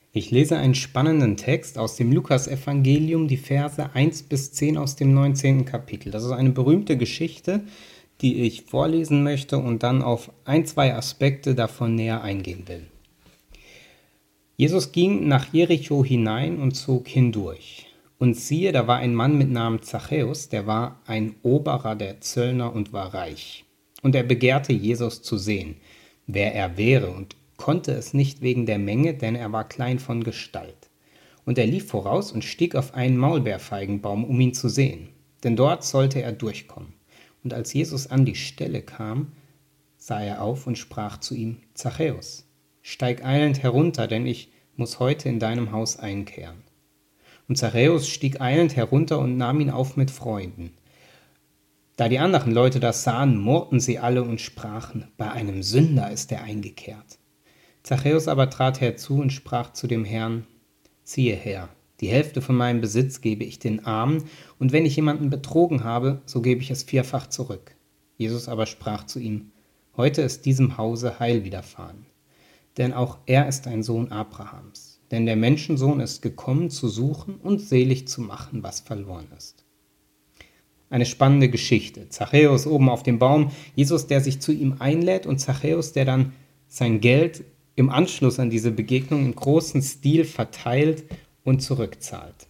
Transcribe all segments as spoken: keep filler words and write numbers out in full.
Ich lese einen spannenden Text aus dem Lukasevangelium, die Verse eins bis zehn aus dem neunzehnten Kapitel. Das ist eine berühmte Geschichte, die ich vorlesen möchte und dann auf ein, zwei Aspekte davon näher eingehen will. Jesus ging nach Jericho hinein und zog hindurch. Und siehe, da war ein Mann mit Namen Zachäus, der war ein Oberer der Zöllner und war reich. Und er begehrte Jesus zu sehen, wer er wäre, und konnte es nicht wegen der Menge, denn er war klein von Gestalt. Und er lief voraus und stieg auf einen Maulbeerfeigenbaum, um ihn zu sehen, denn dort sollte er durchkommen. Und als Jesus an die Stelle kam, sah er auf und sprach zu ihm: Zachäus, steig eilend herunter, denn ich muss heute in deinem Haus einkehren. Und Zachäus stieg eilend herunter und nahm ihn auf mit Freuden. Da die anderen Leute das sahen, murrten sie alle und sprachen: Bei einem Sünder ist er eingekehrt. Zachäus aber trat herzu und sprach zu dem Herrn: Siehe Herr, die Hälfte von meinem Besitz gebe ich den Armen, und wenn ich jemanden betrogen habe, so gebe ich es vierfach zurück. Jesus aber sprach zu ihm: Heute ist diesem Hause Heil widerfahren, denn auch er ist ein Sohn Abrahams. Denn der Menschensohn ist gekommen, zu suchen und selig zu machen, was verloren ist. Eine spannende Geschichte. Zachäus oben auf dem Baum, Jesus, der sich zu ihm einlädt, und Zachäus, der dann sein Geld im Anschluss an diese Begegnung im großen Stil verteilt und zurückzahlt.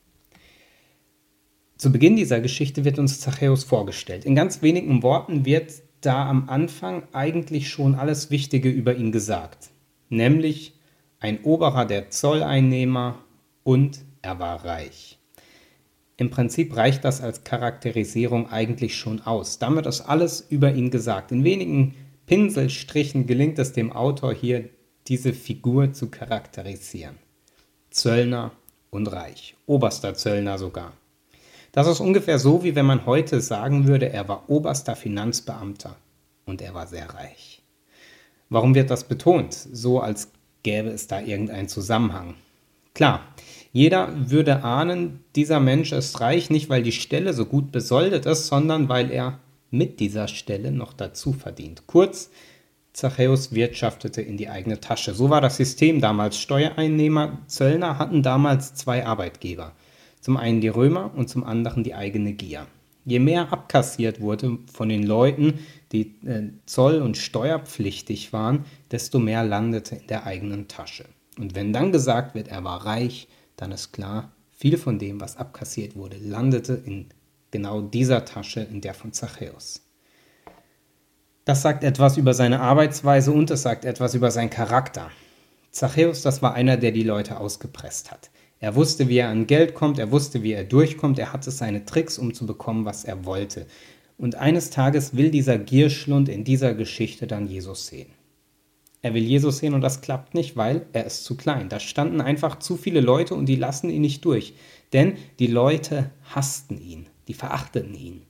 Zu Beginn dieser Geschichte wird uns Zachäus vorgestellt. In ganz wenigen Worten wird da am Anfang eigentlich schon alles Wichtige über ihn gesagt. Nämlich ein Oberer der Zolleinnehmer und er war reich. Im Prinzip reicht das als Charakterisierung eigentlich schon aus. Damit ist alles über ihn gesagt. In wenigen Pinselstrichen gelingt es dem Autor hier, diese Figur zu charakterisieren. Zöllner und reich. Oberster Zöllner sogar. Das ist ungefähr so, wie wenn man heute sagen würde, er war oberster Finanzbeamter und er war sehr reich. Warum wird das betont? So, als gäbe es da irgendeinen Zusammenhang. Klar, jeder würde ahnen, dieser Mensch ist reich, nicht weil die Stelle so gut besoldet ist, sondern weil er mit dieser Stelle noch dazu verdient. Kurz, Zachäus wirtschaftete in die eigene Tasche. So war das System damals. Steuereinnehmer, Zöllner hatten damals zwei Arbeitgeber. Zum einen die Römer und zum anderen die eigene Gier. Je mehr abkassiert wurde von den Leuten, die äh, zoll- und steuerpflichtig waren, desto mehr landete in der eigenen Tasche. Und wenn dann gesagt wird, er war reich, dann ist klar, viel von dem, was abkassiert wurde, landete in genau dieser Tasche, in der von Zachäus. Das sagt etwas über seine Arbeitsweise und es sagt etwas über seinen Charakter. Zachäus, das war einer, der die Leute ausgepresst hat. Er wusste, wie er an Geld kommt, er wusste, wie er durchkommt, er hatte seine Tricks, um zu bekommen, was er wollte. Und eines Tages will dieser Gierschlund in dieser Geschichte dann Jesus sehen. Er will Jesus sehen und das klappt nicht, weil er ist zu klein. Da standen einfach zu viele Leute und die lassen ihn nicht durch. Denn die Leute hassten ihn, die verachteten ihn.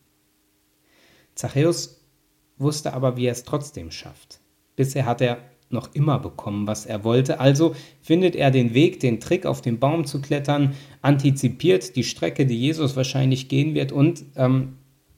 Zachäus wusste aber, wie er es trotzdem schafft. Bisher hat er noch immer bekommen, was er wollte. Also findet er den Weg, den Trick, auf den Baum zu klettern, antizipiert die Strecke, die Jesus wahrscheinlich gehen wird und, ähm,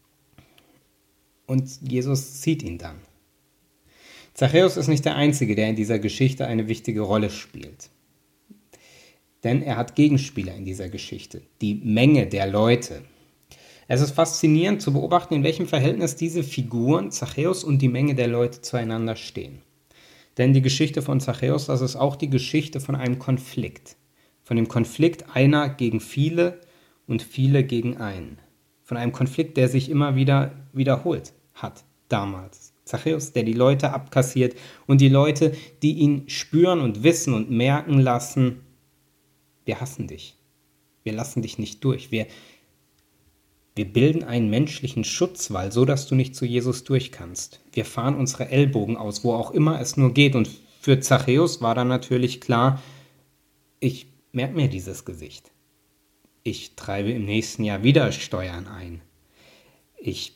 und Jesus sieht ihn dann. Zachäus ist nicht der Einzige, der in dieser Geschichte eine wichtige Rolle spielt. Denn er hat Gegenspieler in dieser Geschichte, die Menge der Leute. Es ist faszinierend zu beobachten, in welchem Verhältnis diese Figuren, Zachäus und die Menge der Leute, zueinander stehen. Denn die Geschichte von Zachäus, das ist auch die Geschichte von einem Konflikt. Von dem Konflikt einer gegen viele und viele gegen einen. Von einem Konflikt, der sich immer wieder wiederholt hat, damals. Zachäus, der die Leute abkassiert und die Leute, die ihn spüren und wissen und merken lassen, wir hassen dich. Wir lassen dich nicht durch. Wir, wir bilden einen menschlichen Schutzwall, so dass du nicht zu Jesus durch kannst. Wir fahren unsere Ellbogen aus, wo auch immer es nur geht. Und für Zachäus war dann natürlich klar, ich merke mir dieses Gesicht. Ich treibe im nächsten Jahr wieder Steuern ein. Ich,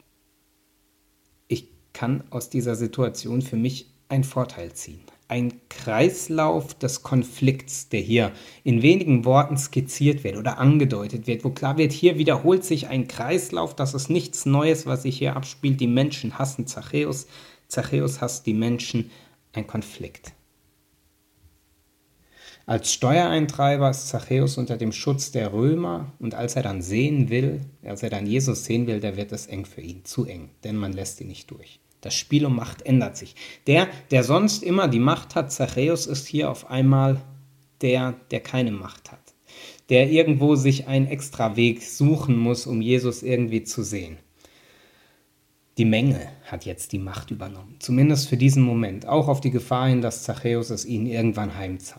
ich kann aus dieser Situation für mich einen Vorteil ziehen. Ein Kreislauf des Konflikts, der hier in wenigen Worten skizziert wird oder angedeutet wird, wo klar wird, hier wiederholt sich ein Kreislauf, das ist nichts Neues, was sich hier abspielt. Die Menschen hassen Zachäus, Zachäus hasst die Menschen, ein Konflikt. Als Steuereintreiber ist Zachäus unter dem Schutz der Römer und als er dann sehen will, als er dann Jesus sehen will, da wird es eng für ihn, zu eng, denn man lässt ihn nicht durch. Das Spiel um Macht ändert sich. Der, der sonst immer die Macht hat, Zachäus, ist hier auf einmal der, der keine Macht hat, der irgendwo sich einen extra Weg suchen muss, um Jesus irgendwie zu sehen. Die Menge hat jetzt die Macht übernommen, zumindest für diesen Moment, auch auf die Gefahr hin, dass Zachäus es ihnen irgendwann heimzahlt.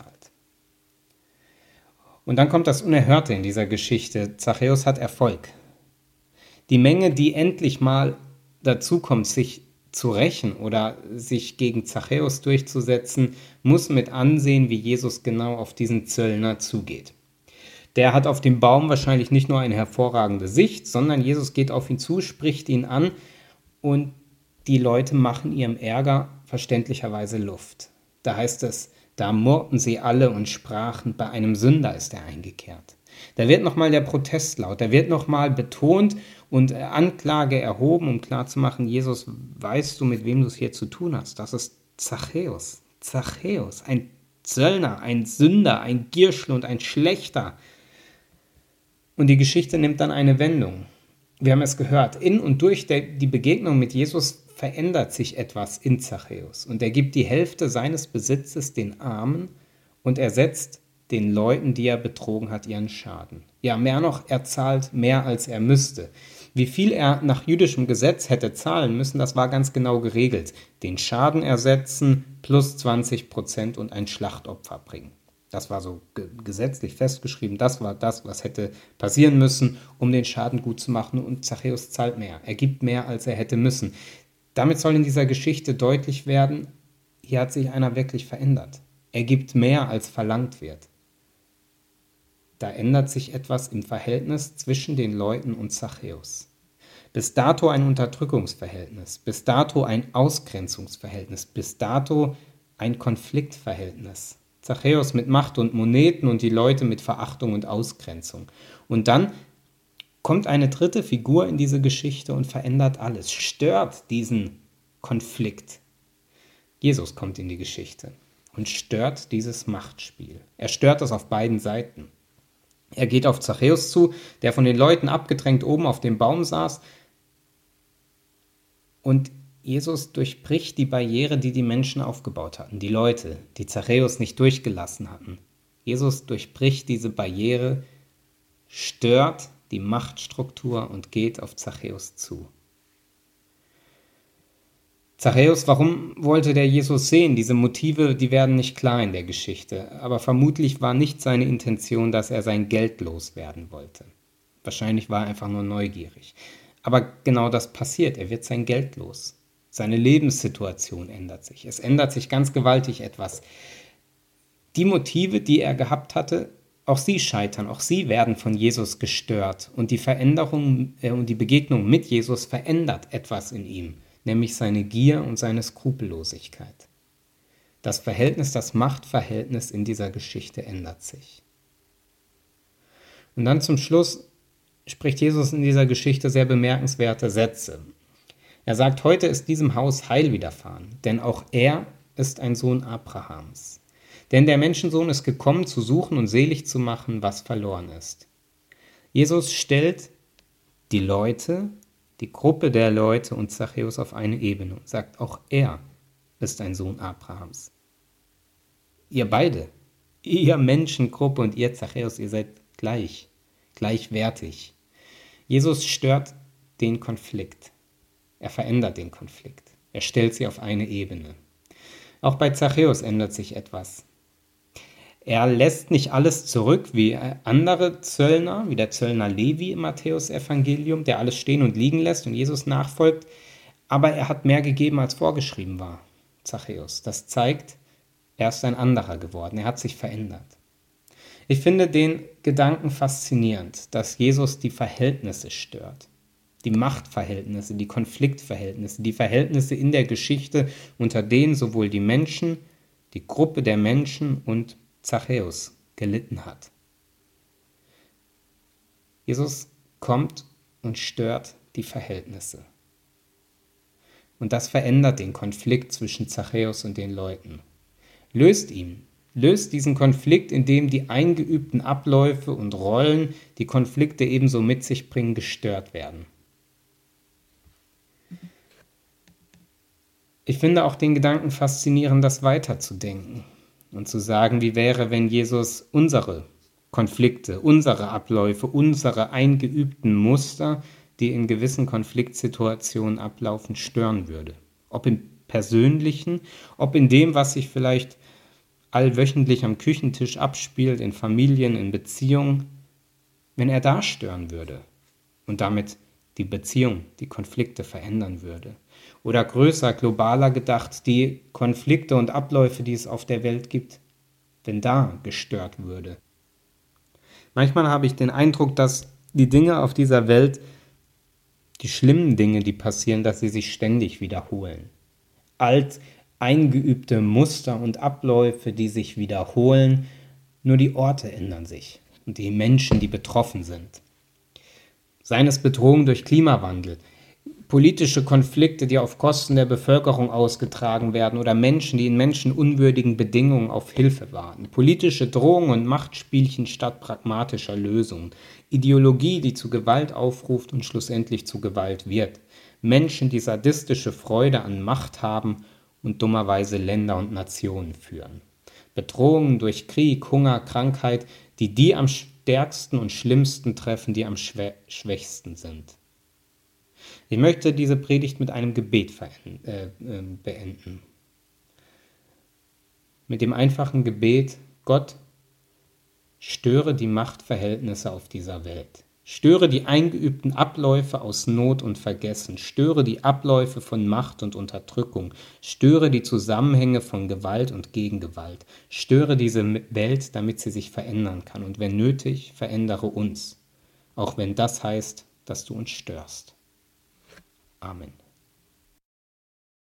Und dann kommt das Unerhörte in dieser Geschichte. Zachäus hat Erfolg. Die Menge, die endlich mal dazu kommt, sich zu rächen oder sich gegen Zachäus durchzusetzen, muss mit ansehen, wie Jesus genau auf diesen Zöllner zugeht. Der hat auf dem Baum wahrscheinlich nicht nur eine hervorragende Sicht, sondern Jesus geht auf ihn zu, spricht ihn an und die Leute machen ihrem Ärger verständlicherweise Luft. Da heißt es, da murrten sie alle und sprachen, bei einem Sünder ist er eingekehrt. Da wird nochmal der Protest laut, da wird nochmal betont und Anklage erhoben, um klarzumachen, Jesus, weißt du, mit wem du es hier zu tun hast? Das ist Zachäus. Zachäus, ein Zöllner, ein Sünder, ein Gierschlund, ein Schlechter. Und die Geschichte nimmt dann eine Wendung. Wir haben es gehört, in und durch die Begegnung mit Jesus verändert sich etwas in Zachäus. Und er gibt die Hälfte seines Besitzes den Armen und ersetzt den Leuten, die er betrogen hat, ihren Schaden. Ja, mehr noch, er zahlt mehr, als er müsste. Wie viel er nach jüdischem Gesetz hätte zahlen müssen, das war ganz genau geregelt. Den Schaden ersetzen plus zwanzig Prozent und ein Schlachtopfer bringen. Das war so ge- gesetzlich festgeschrieben. Das war das, was hätte passieren müssen, um den Schaden gut zu machen. Und Zachäus zahlt mehr. Er gibt mehr, als er hätte müssen. Damit soll in dieser Geschichte deutlich werden, hier hat sich einer wirklich verändert. Er gibt mehr, als verlangt wird. Da ändert sich etwas im Verhältnis zwischen den Leuten und Zachäus. Bis dato ein Unterdrückungsverhältnis, bis dato ein Ausgrenzungsverhältnis, bis dato ein Konfliktverhältnis. Zachäus mit Macht und Moneten und die Leute mit Verachtung und Ausgrenzung. Und dann kommt eine dritte Figur in diese Geschichte und verändert alles, stört diesen Konflikt. Jesus kommt in die Geschichte und stört dieses Machtspiel. Er stört es auf beiden Seiten. Er geht auf Zachäus zu, der von den Leuten abgedrängt oben auf dem Baum saß, und Jesus durchbricht die Barriere, die die Menschen aufgebaut hatten, die Leute, die Zachäus nicht durchgelassen hatten. Jesus durchbricht diese Barriere, stört die Machtstruktur und geht auf Zachäus zu. Zachäus, warum wollte der Jesus sehen? Diese Motive, die werden nicht klar in der Geschichte, aber vermutlich war nicht seine Intention, dass er sein Geld loswerden wollte. Wahrscheinlich war er einfach nur neugierig. Aber genau das passiert, er wird sein Geld los. Seine Lebenssituation ändert sich. Es ändert sich ganz gewaltig etwas. Die Motive, die er gehabt hatte, auch sie scheitern, auch sie werden von Jesus gestört. Und die Veränderung äh, und die Begegnung mit Jesus verändert etwas in ihm, nämlich seine Gier und seine Skrupellosigkeit. Das Verhältnis, das Machtverhältnis in dieser Geschichte ändert sich. Und dann zum Schluss spricht Jesus in dieser Geschichte sehr bemerkenswerte Sätze. Er sagt, heute ist diesem Haus Heil widerfahren, denn auch er ist ein Sohn Abrahams. Denn der Menschensohn ist gekommen, zu suchen und selig zu machen, was verloren ist. Jesus stellt die Leute, die Gruppe der Leute und Zachäus auf eine Ebene und sagt, auch er ist ein Sohn Abrahams. Ihr beide, ihr Menschengruppe und ihr Zachäus, ihr seid gleich, gleichwertig. Jesus stört den Konflikt. Er verändert den Konflikt. Er stellt sie auf eine Ebene. Auch bei Zachäus ändert sich etwas. Er lässt nicht alles zurück wie andere Zöllner, wie der Zöllner Levi im Matthäus-Evangelium, der alles stehen und liegen lässt und Jesus nachfolgt, aber er hat mehr gegeben, als vorgeschrieben war, Zachäus. Das zeigt, er ist ein anderer geworden, er hat sich verändert. Ich finde den Gedanken faszinierend, dass Jesus die Verhältnisse stört. Die Machtverhältnisse, die Konfliktverhältnisse, die Verhältnisse in der Geschichte, unter denen sowohl die Menschen, die Gruppe der Menschen und Zachäus gelitten hat. Jesus kommt und stört die Verhältnisse. Und das verändert den Konflikt zwischen Zachäus und den Leuten. Löst ihn, Löst diesen Konflikt, indem die eingeübten Abläufe und Rollen, die Konflikte ebenso mit sich bringen, gestört werden. Ich finde auch den Gedanken faszinierend, das weiterzudenken und zu sagen, wie wäre, wenn Jesus unsere Konflikte, unsere Abläufe, unsere eingeübten Muster, die in gewissen Konfliktsituationen ablaufen, stören würde. Ob im Persönlichen, ob in dem, was sich vielleicht allwöchentlich am Küchentisch abspielt, in Familien, in Beziehungen, wenn er da stören würde und damit die Beziehung, die Konflikte verändern würde. Oder größer, globaler gedacht, die Konflikte und Abläufe, die es auf der Welt gibt, wenn da gestört würde. Manchmal habe ich den Eindruck, dass die Dinge auf dieser Welt, die schlimmen Dinge, die passieren, dass sie sich ständig wiederholen. Alt eingeübte Muster und Abläufe, die sich wiederholen, nur die Orte ändern sich und die Menschen, die betroffen sind. Seien es Bedrohungen durch Klimawandel, politische Konflikte, die auf Kosten der Bevölkerung ausgetragen werden oder Menschen, die in menschenunwürdigen Bedingungen auf Hilfe warten, politische Drohungen und Machtspielchen statt pragmatischer Lösungen, Ideologie, die zu Gewalt aufruft und schlussendlich zu Gewalt wird, Menschen, die sadistische Freude an Macht haben und dummerweise Länder und Nationen führen. Bedrohungen durch Krieg, Hunger, Krankheit, die die am stärksten und schlimmsten treffen, die am schwä- schwächsten sind. Ich möchte diese Predigt mit einem Gebet verenden, äh, äh, beenden. Mit dem einfachen Gebet: Gott, störe die Machtverhältnisse auf dieser Welt. Störe die eingeübten Abläufe aus Not und Vergessen. Störe die Abläufe von Macht und Unterdrückung. Störe die Zusammenhänge von Gewalt und Gegengewalt. Störe diese Welt, damit sie sich verändern kann. Und wenn nötig, verändere uns. Auch wenn das heißt, dass du uns störst. Amen.